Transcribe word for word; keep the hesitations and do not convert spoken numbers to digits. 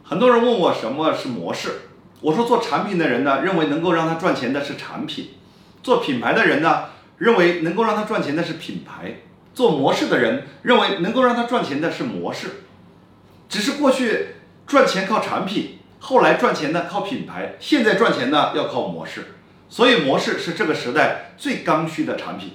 很多人问我什么是模式，我说做产品的人呢，认为能够让他赚钱的是产品；做品牌的人呢，认为能够让他赚钱的是品牌；做模式的人认为能够让他赚钱的是模式。只是过去赚钱靠产品，后来赚钱呢靠品牌，现在赚钱呢要靠模式。所以模式是这个时代最刚需的产品。